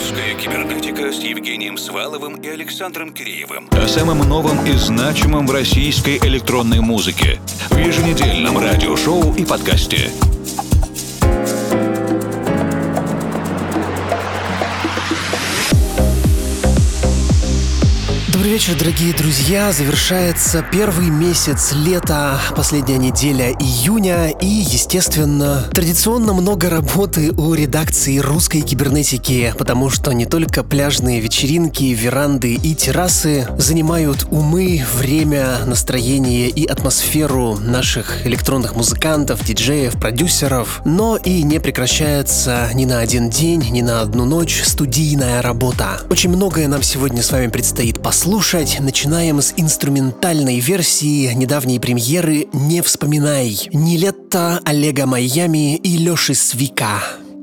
«Русская кибернетика» с Евгением Сваловым и Александром Киреевым. О самом новом и значимом в российской электронной музыке в еженедельном радиошоу и подкасте. Добрый вечер, дорогие друзья. Завершается первый месяц лета, последняя неделя июня и, естественно, традиционно много работы у редакции «Русской кибернетики», потому что не только пляжные вечеринки, веранды и террасы занимают умы, время, настроение и атмосферу наших электронных музыкантов, диджеев, продюсеров, но и не прекращается ни на один день, ни на одну ночь студийная работа. Очень многое нам сегодня с вами предстоит послушать. Начинаем с инструментальной версии недавней премьеры «Не вспоминай». Нилетто, Олега Майами и Лёши Свика.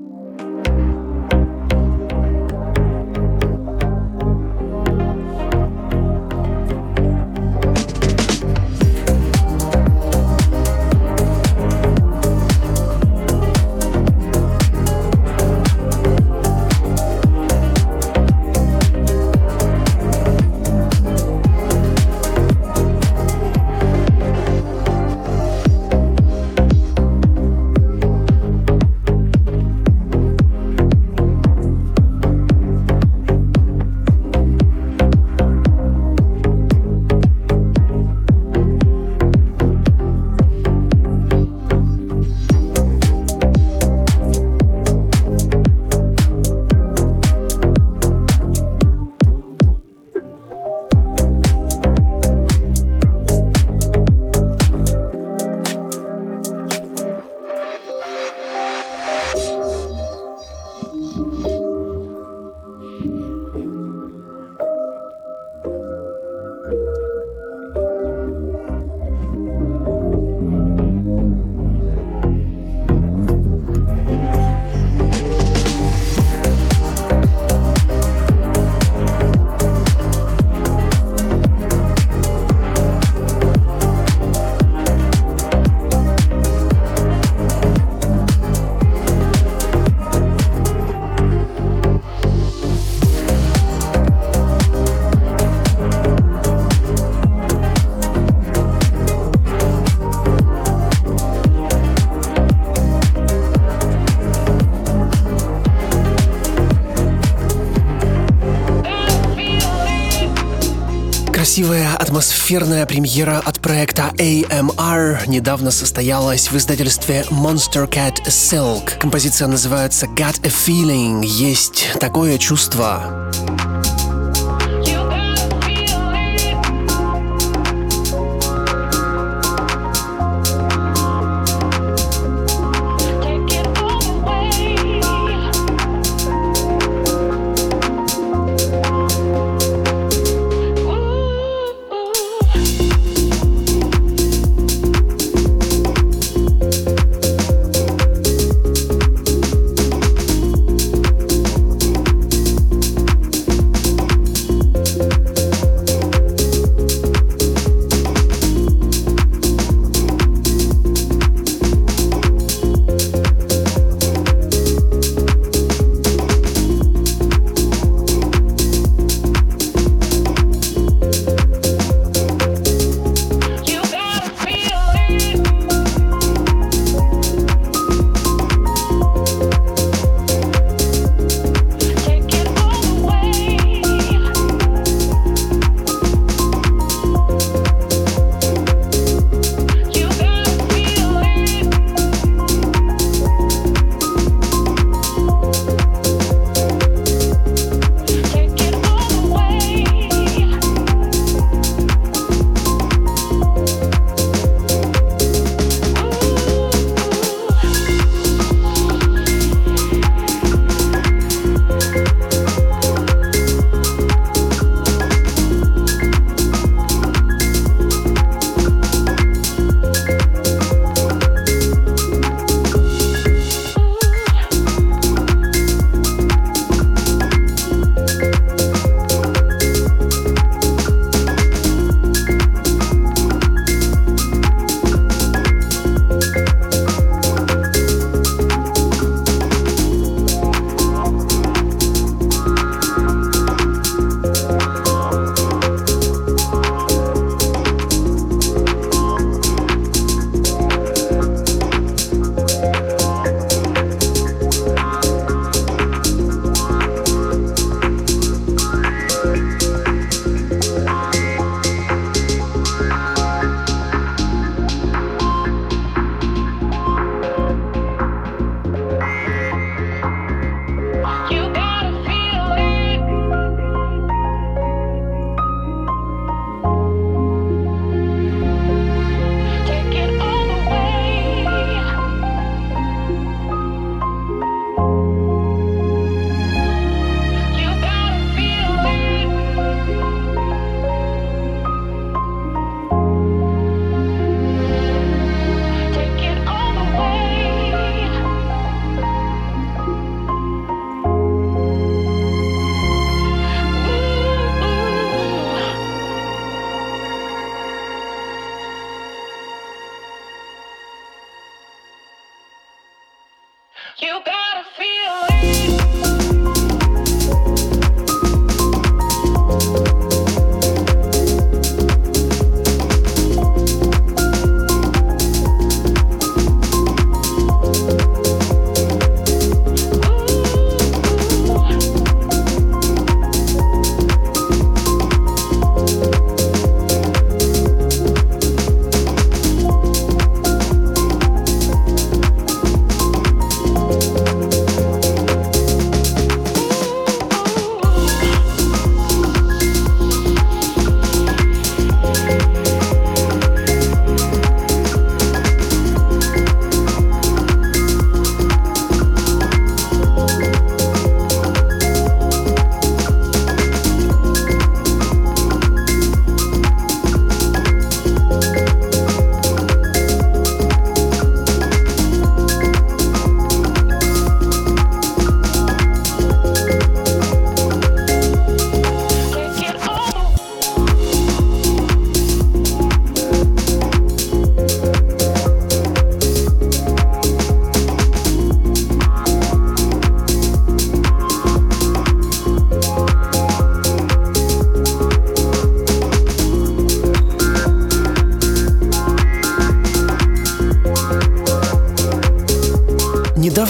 Красивая атмосферная премьера от проекта AMR недавно состоялась в издательстве Monster Cat Silk. Композиция называется Got a Feeling. Есть такое чувство.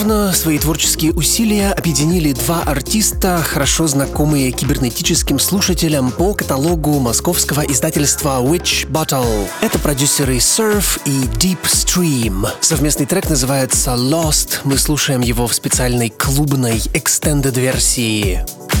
Недавно свои творческие усилия объединили два артиста, хорошо знакомые кибернетическим слушателям по каталогу московского издательства Witch Bottle. Это продюсеры Surf и Deep Stream. Совместный трек называется Lost. Мы слушаем его в специальной клубной extended версии.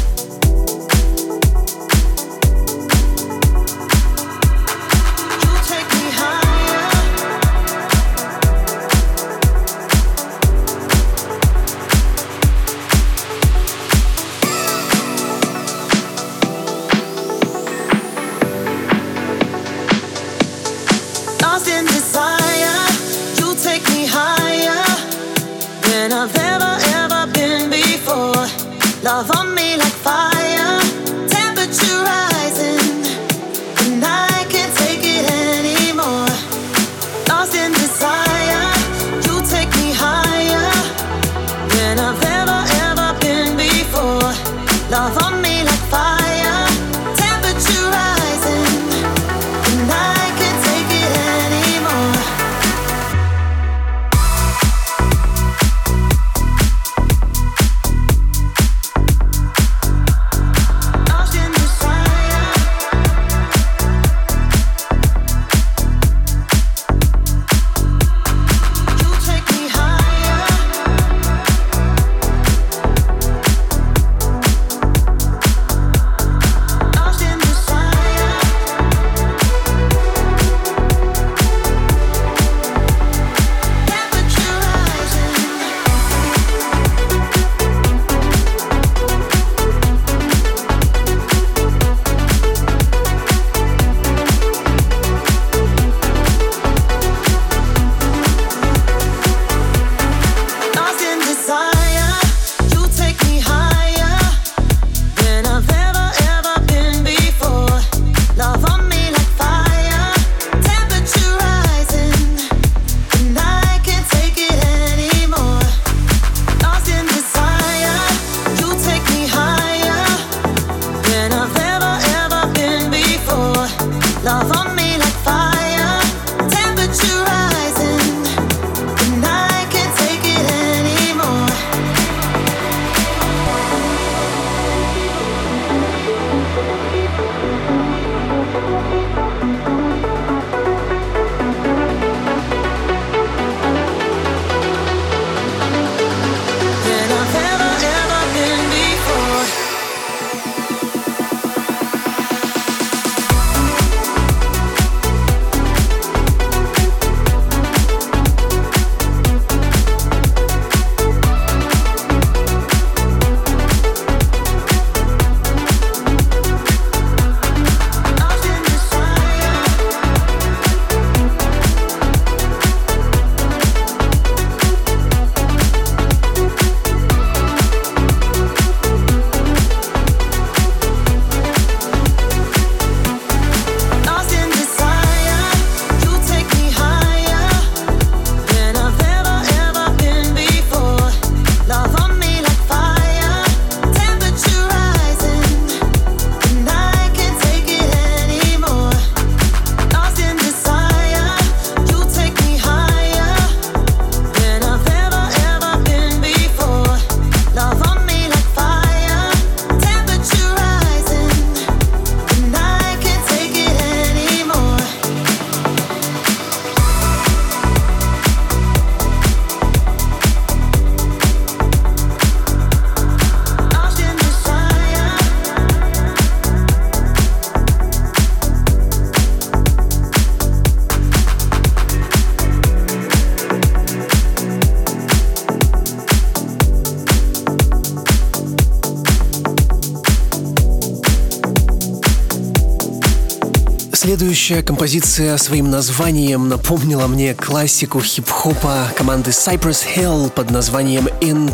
Love on me like fire, temperature rising, and I can't take it anymore. Lost in desire, you take me higher than I've ever been before. Love on me like fire, temperature rising, and I can't take it anymore. Следующая композиция своим названием напомнила мне классику хип-хопа команды Cypress Hill под названием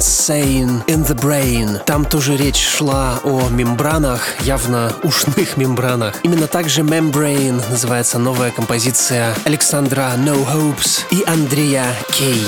Insane in the Brain. Там тоже речь шла о мембранах, явно ушных мембранах. Именно так же Membrane называется новая композиция Александра No Hopes и Андрея Кей.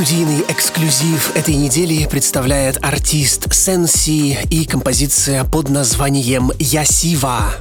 студийный эксклюзив этой недели представляет артист Sensi и композиция под названием «Ясива».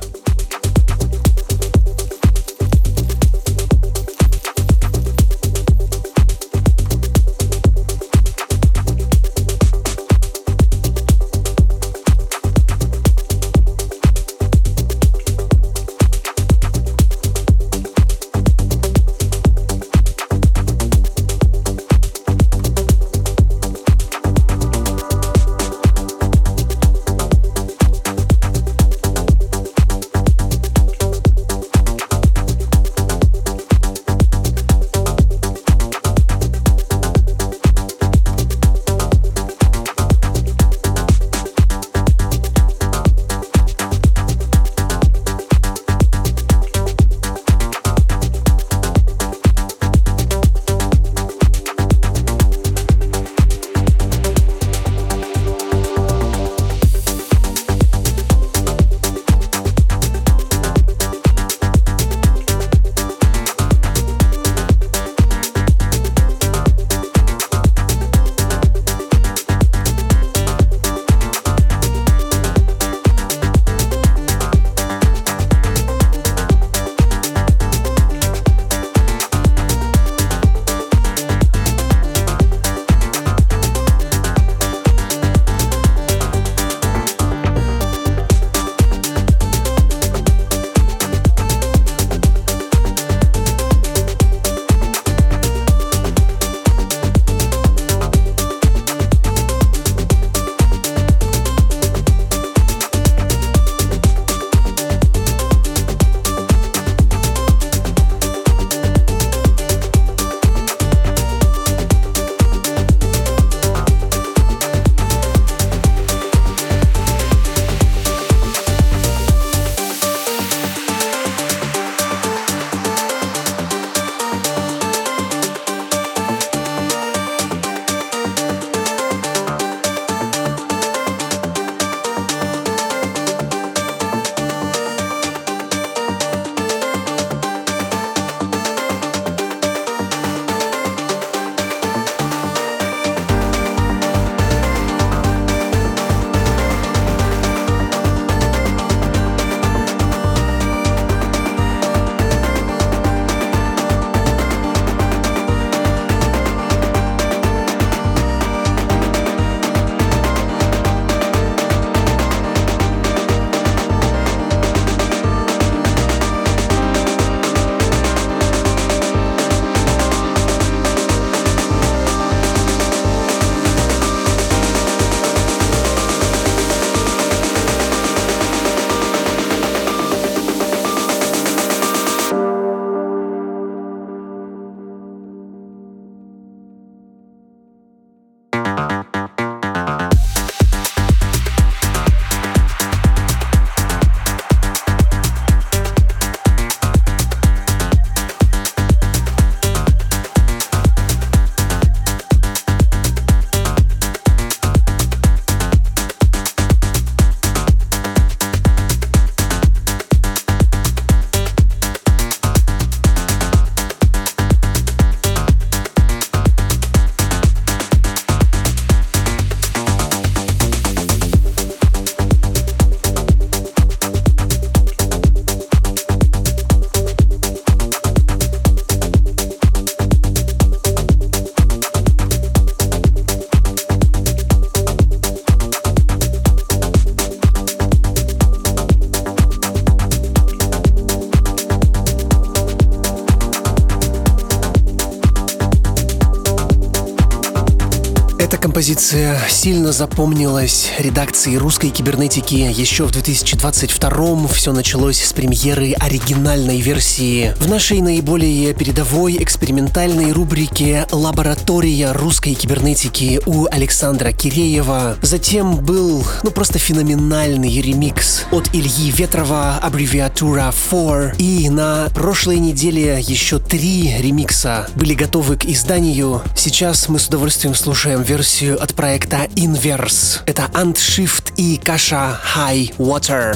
композиция сильно запомнилась редакции русской кибернетики еще в 2022-м. Все началось с премьеры оригинальной версии в нашей наиболее передовой экспериментальной рубрике «Лаборатория русской кибернетики» у Александра Киреева. Затем был, просто феноменальный ремикс от Ильи Ветрова, аббревиатура 4. И на прошлой неделе еще 3 ремикса были готовы к изданию. Сейчас мы с удовольствием слушаем версию от проекта Inverse. Это Antshift и Kasha High Water.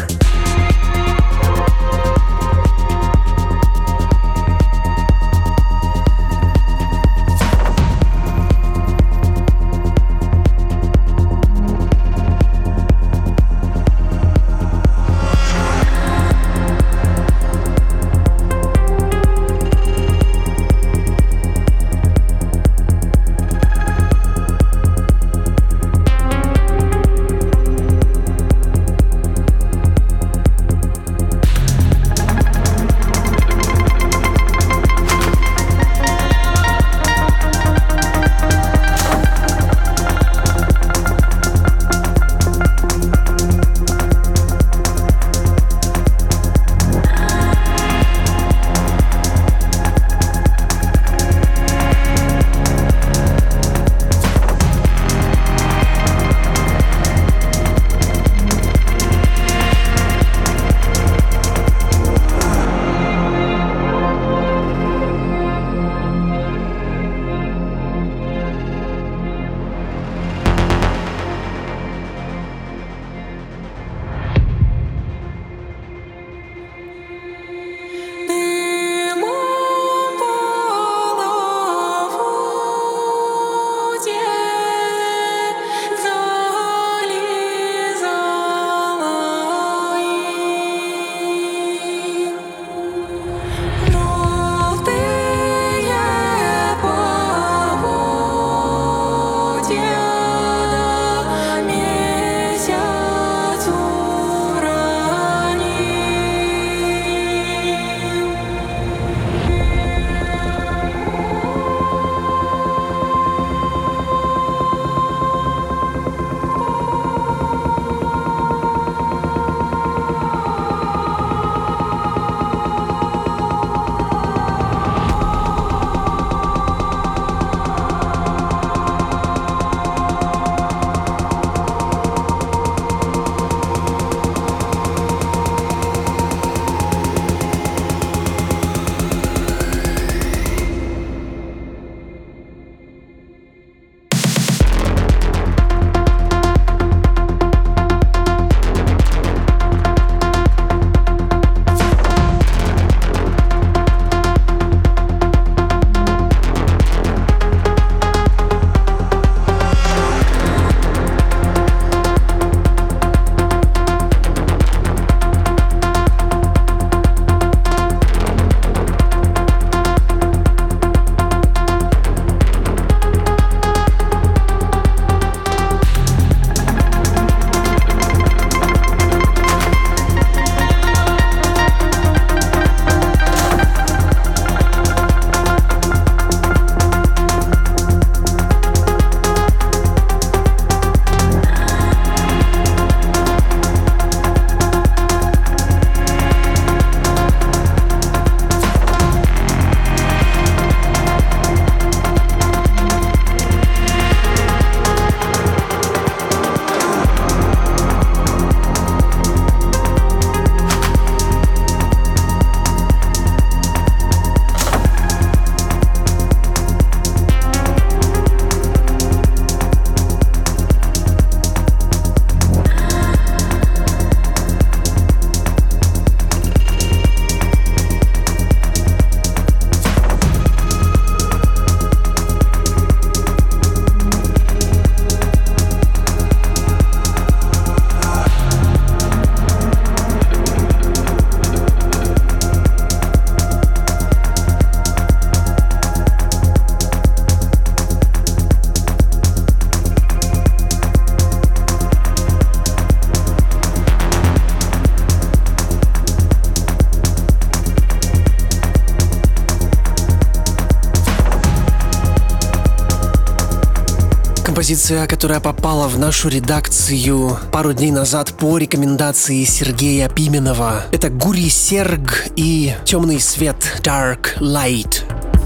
Композиция, которая попала в нашу редакцию пару дней назад по рекомендации Сергея Пименова. Это Гурий Серг и «Темный свет» Dark Light.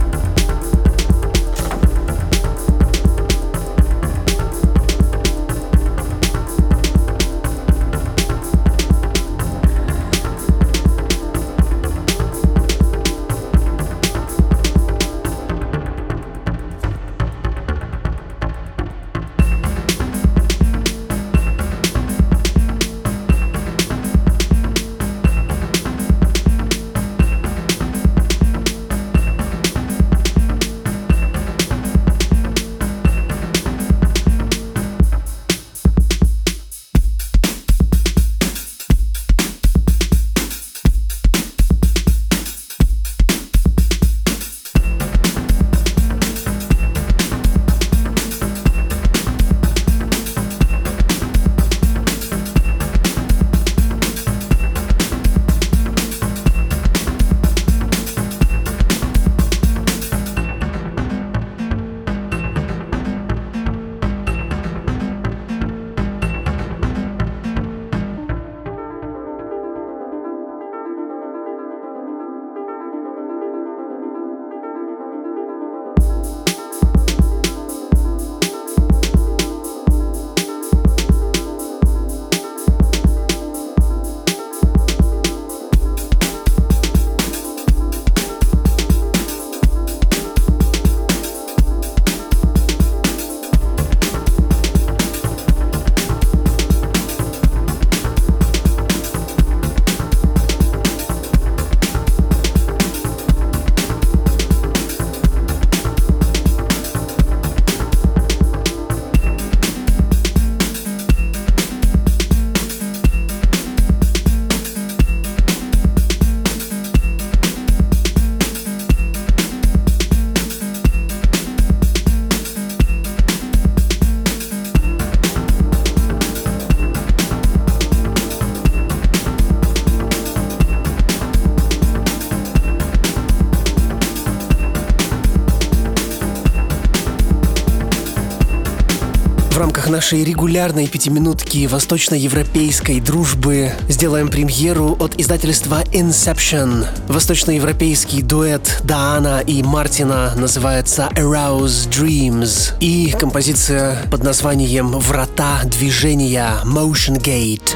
В рамках нашей регулярной пятиминутки восточноевропейской дружбы сделаем премьеру от издательства Inception. Восточноевропейский дуэт Даана и Мартина называется Arouse Dreams. И композиция под названием «Врата движения» Motion Gate.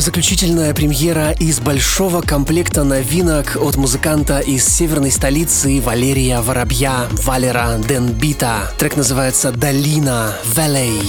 Заключительная премьера из большого комплекта новинок от музыканта из северной столицы Валерия Воробья, Валера Денбита. Трек называется «Долина Valley».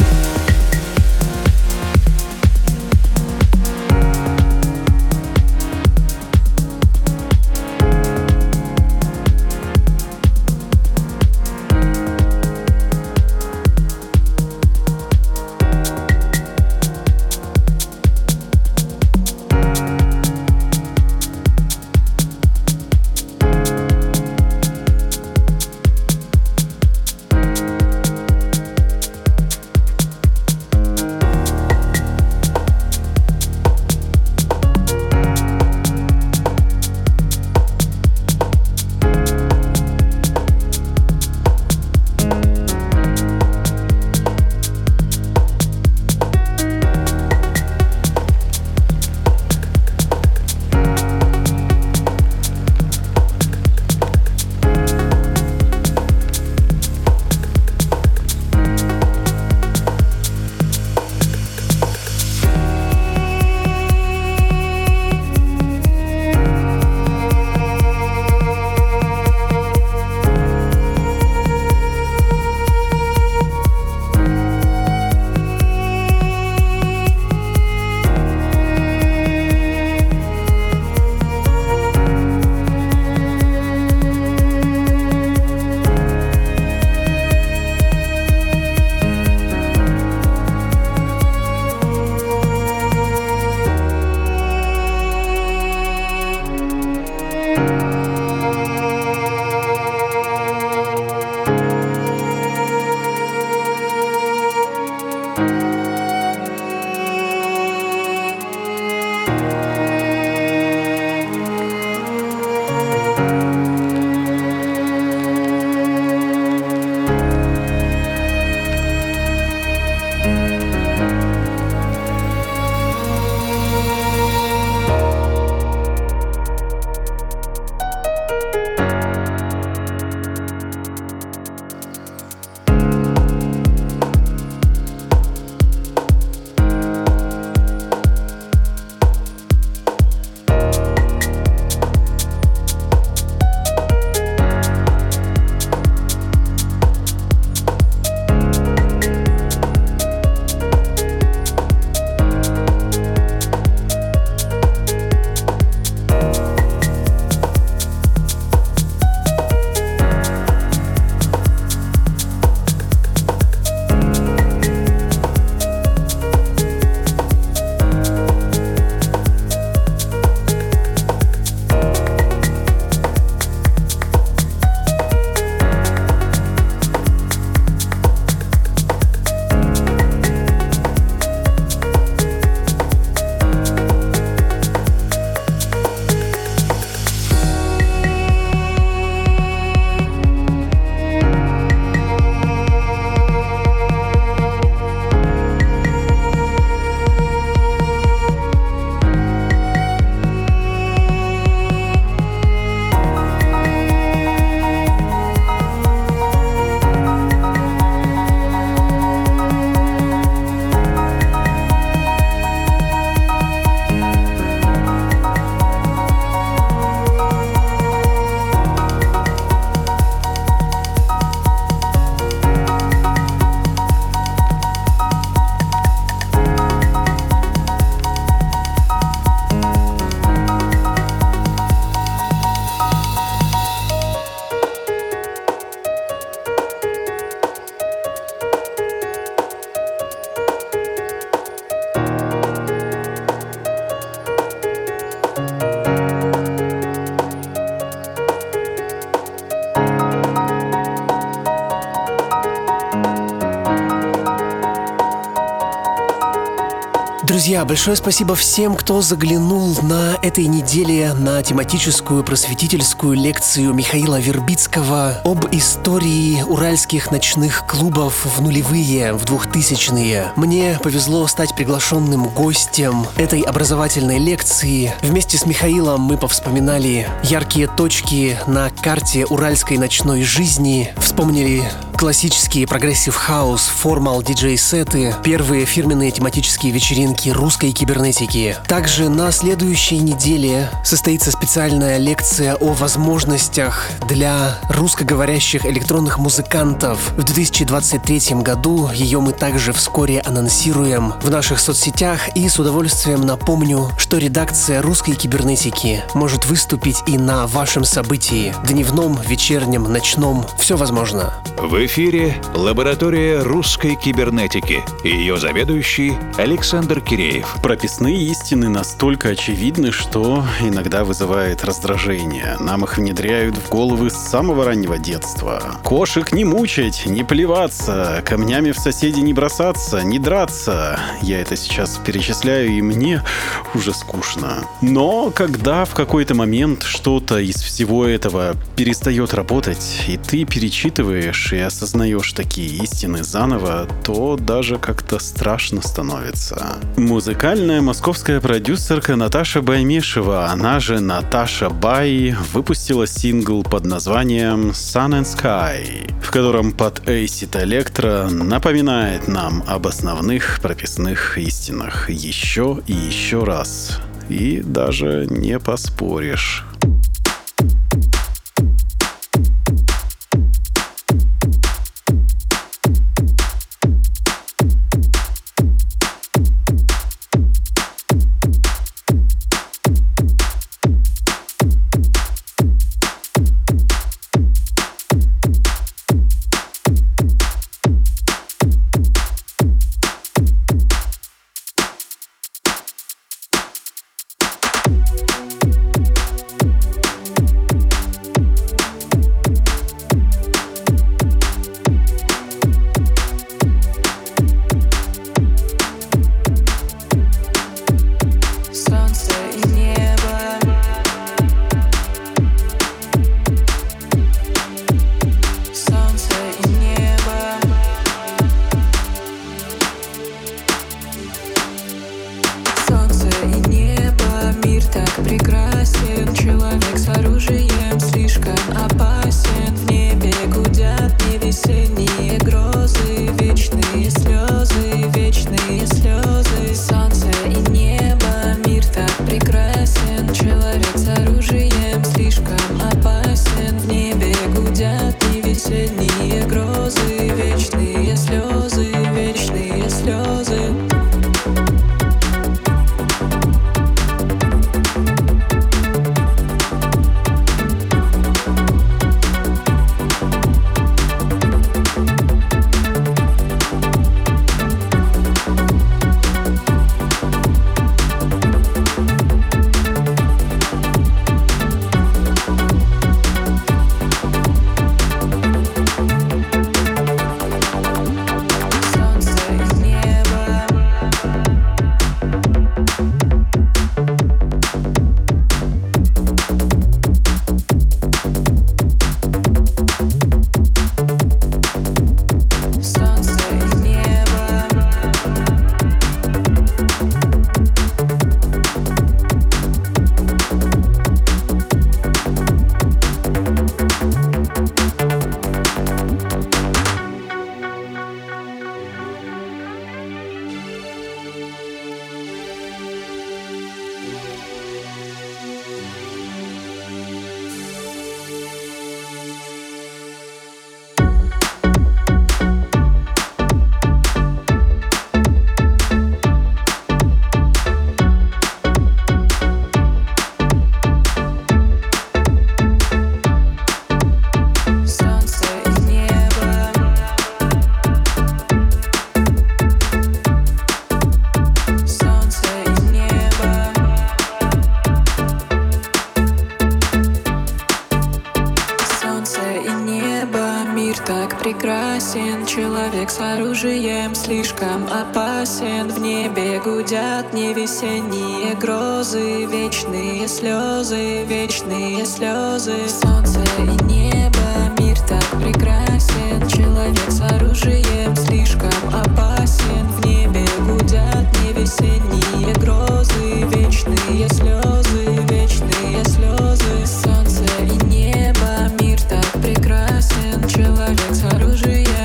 Друзья, большое спасибо всем, кто заглянул на этой неделе на тематическую просветительскую лекцию Михаила Вербицкого об истории уральских ночных клубов в нулевые, в 2000-е. Мне повезло стать приглашенным гостем этой образовательной лекции. Вместе с Михаилом мы повспоминали яркие точки на карте уральской ночной жизни, вспомнили классические прогрессив-хаус, формал диджей-сеты, первые фирменные тематические вечеринки русской кибернетики. Также на следующей неделе состоится специальная лекция о возможностях для русскоговорящих электронных музыкантов. В 2023 году ее мы также вскоре анонсируем в наших соцсетях, и с удовольствием напомню, что редакция русской кибернетики может выступить и на вашем событии. Дневном, вечернем, ночном. Все возможно. В эфире лаборатория русской кибернетики и ее заведующий Александр Киреев. Прописные истины настолько очевидны, что иногда вызывает раздражение. Нам их внедряют в головы с самого раннего детства. Кошек не мучать, не плеваться, камнями в соседи не бросаться, не драться. Я это сейчас перечисляю, и мне уже скучно. Но когда в какой-то момент что-то из всего этого перестает работать, и ты перечитываешь и осознаешь такие истины заново, то даже как-то страшно становится. Музыкальная московская продюсерка Наташа Баймешева, она же Наташа Бай, выпустила сингл под названием Sun and Sky, в котором под Acid Electro напоминает нам об основных прописных истинах еще и еще раз. И даже не поспоришь. Человек с оружием слишком опасен. В небе гудят не весенние грозы, вечные слезы, вечные слезы. Солнце и небо, мир так прекрасен. Человек с оружием слишком опасен. В небе гудят не весенние грозы, вечные слезы, вечные слезы. Солнце и небо, мир так прекрасен. Человек с оружием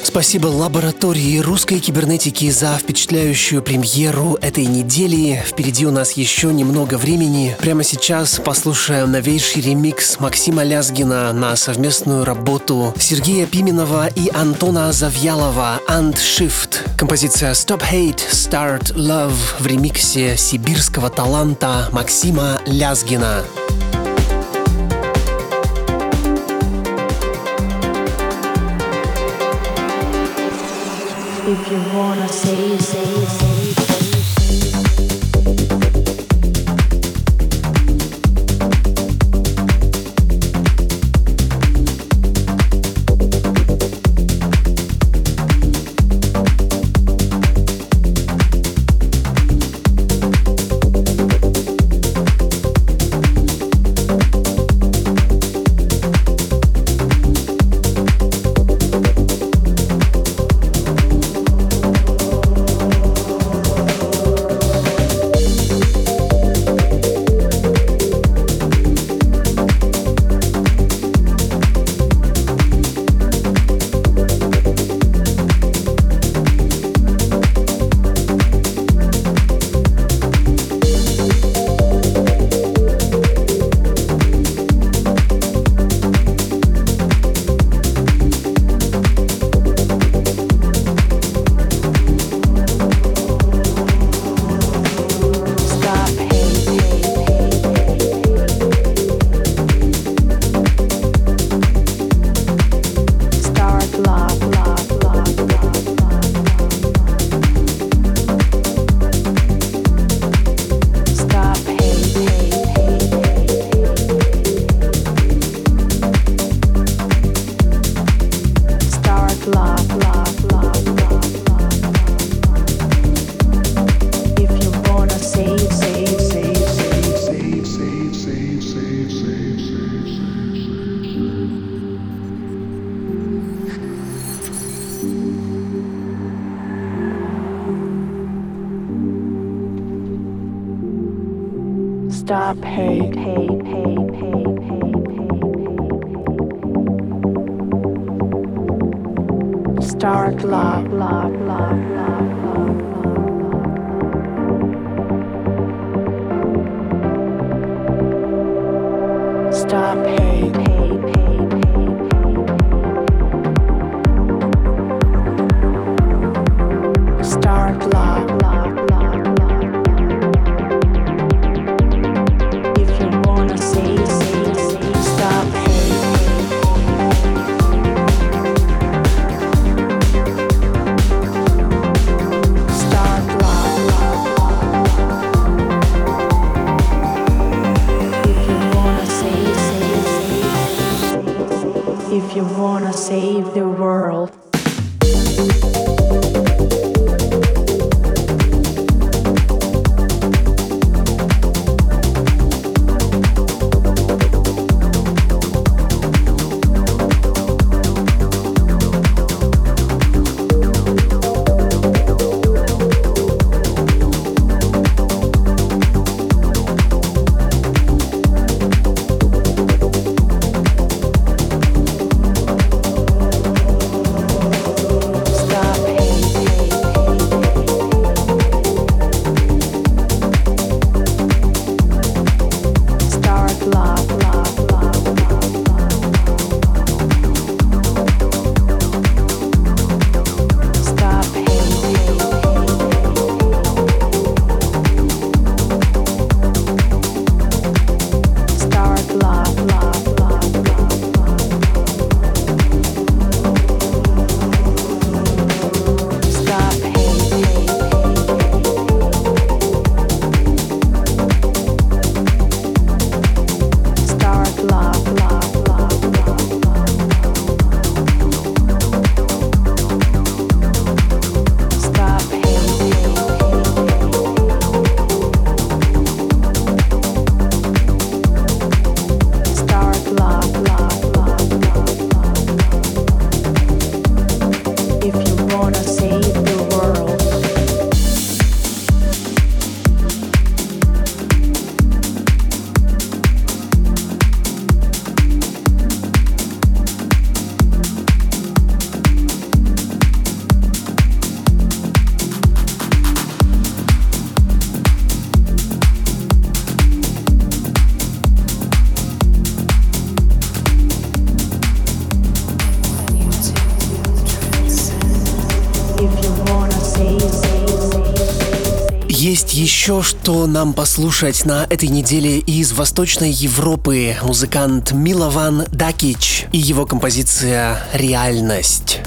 Спасибо лаборатории русской кибернетики за впечатляющую премьеру этой недели. Впереди у нас еще немного времени. Прямо сейчас послушаем новейший ремикс Максима Лязгина на совместную работу Сергея Пименова и Антона Завьялова «And Shift». Композиция «Stop Hate, Start Love» в ремиксе сибирского таланта Максима Лязгина. If you wanna save. Stop hate. Start love. Stop hate. Start love. If you wanna say, stop hate. Start love. If you wanna say, if you wanna save the world. Stop hate. Есть еще что нам послушать на этой неделе из Восточной Европы. Музыкант Милован Дакич и его композиция «Реальность».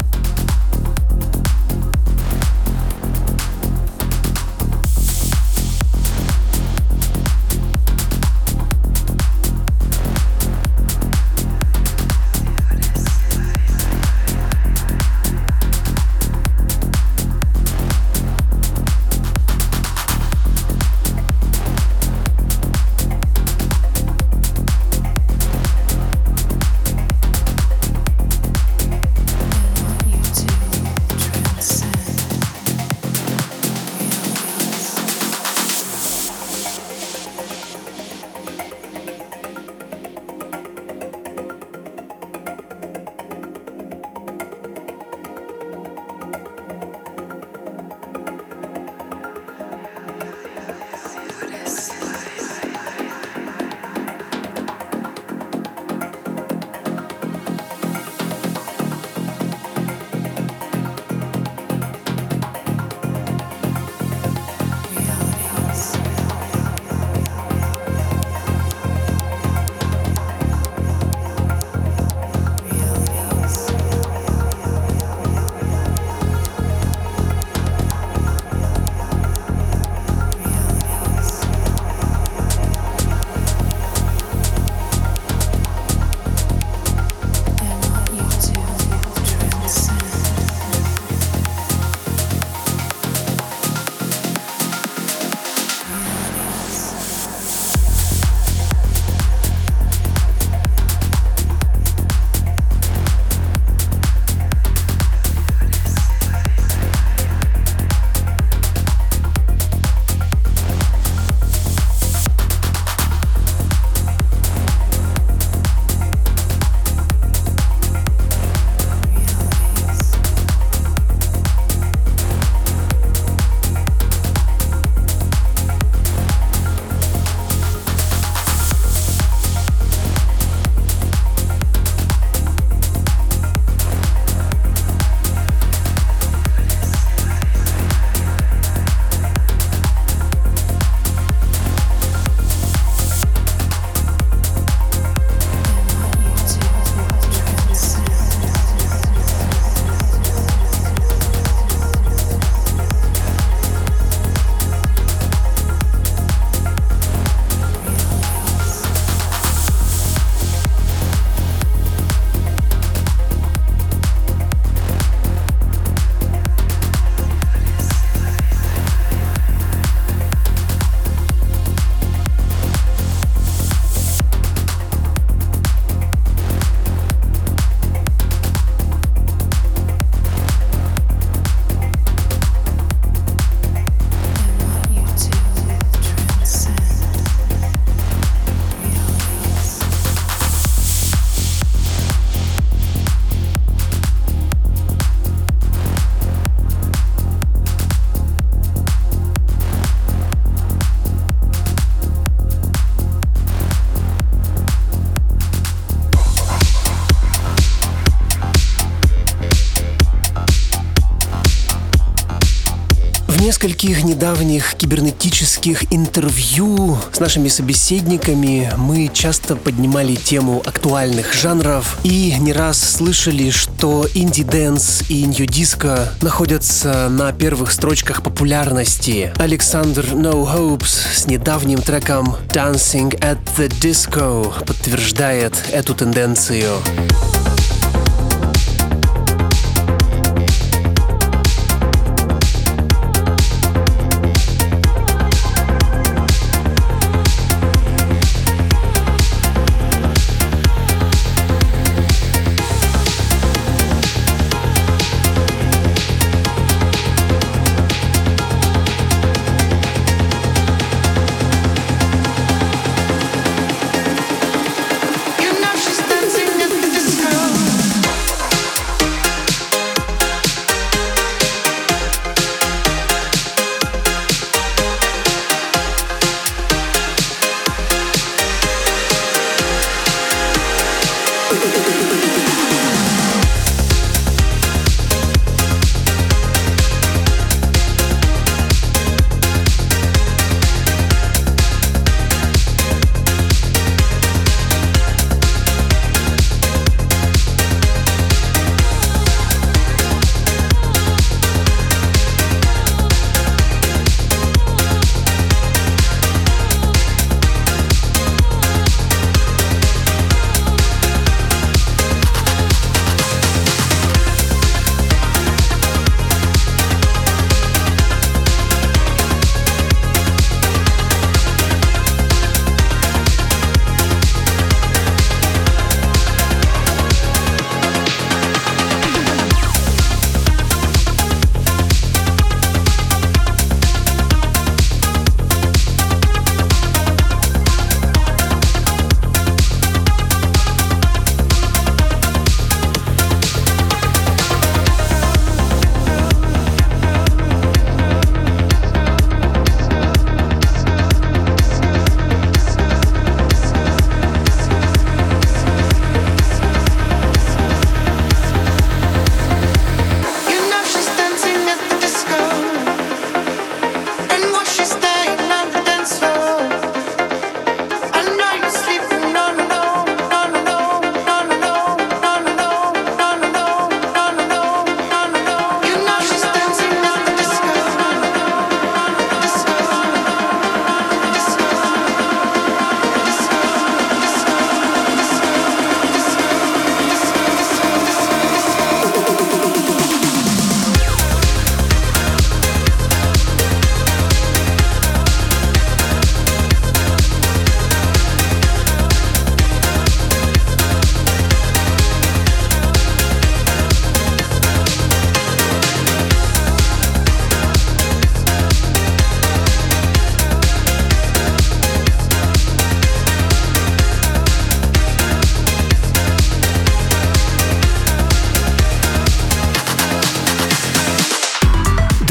В нескольких недавних кибернетических интервью с нашими собеседниками мы часто поднимали тему актуальных жанров и не раз слышали, что инди-дэнс и нью-диско находятся на первых строчках популярности. Александр No Hopes с недавним треком Dancing at the Disco подтверждает эту тенденцию.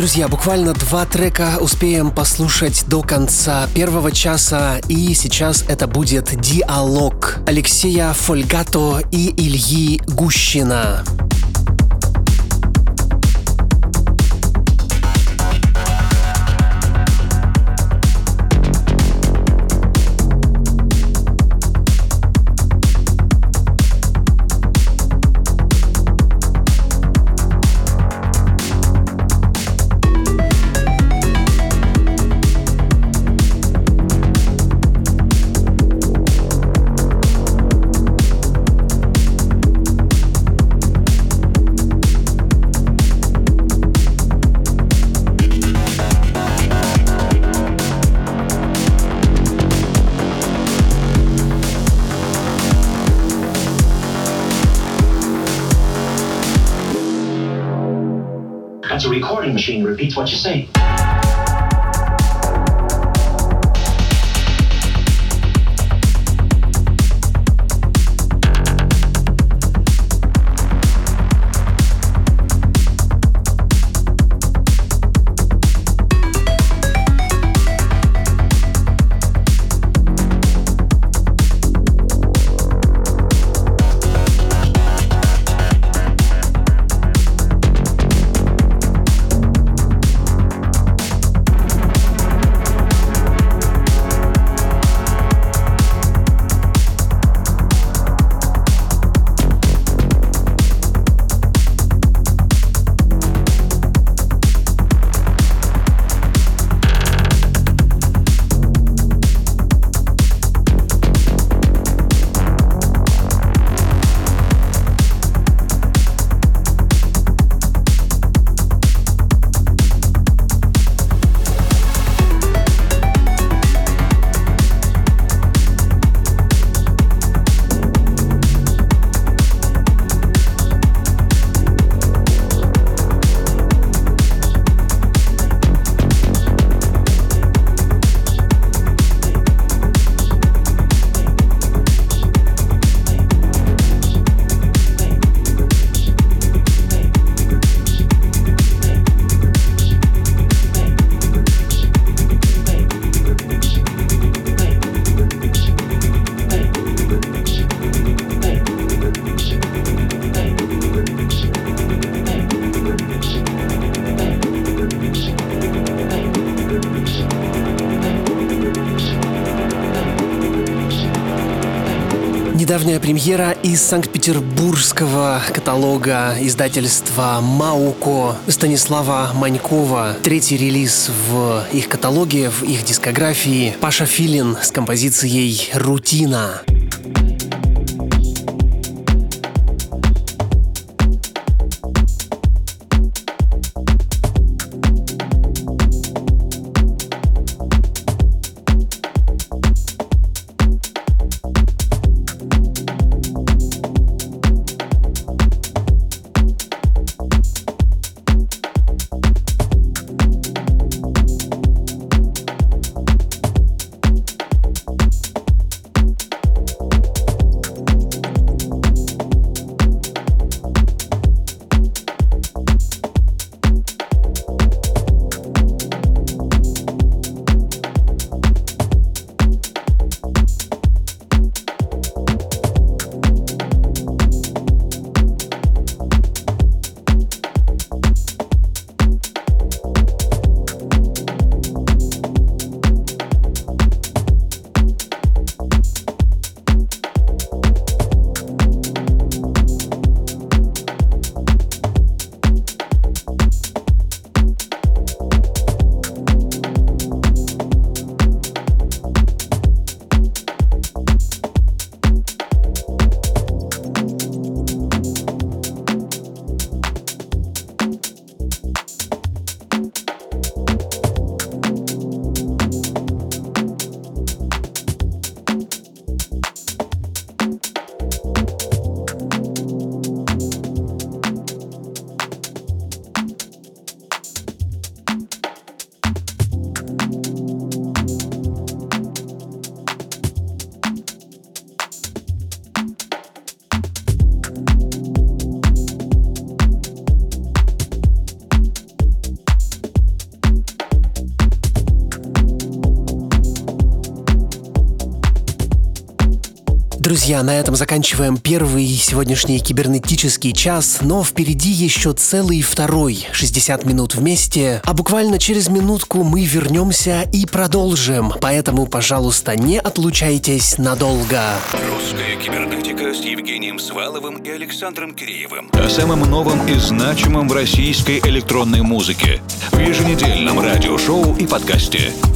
Друзья, буквально 2 трека успеем послушать до конца первого часа, и сейчас это будет диалог Алексея Фольгато и Ильи Гущина. That's a recording machine. Repeats what you say. Недавняя премьера из санкт-петербургского каталога издательства «Мауко» Станислава Манькова. 3-й релиз в их каталоге, в их дискографии. Паша Филин с композицией «Рутина». друзья, на этом заканчиваем первый сегодняшний кибернетический час, но впереди еще целый второй 60 минут вместе, а буквально через минутку мы вернемся и продолжим, поэтому, пожалуйста, не отлучайтесь надолго. Русская кибернетика с Евгением Сваловым и Александром Киреевым. О самом новом и значимом в российской электронной музыке в еженедельном радиошоу и подкасте.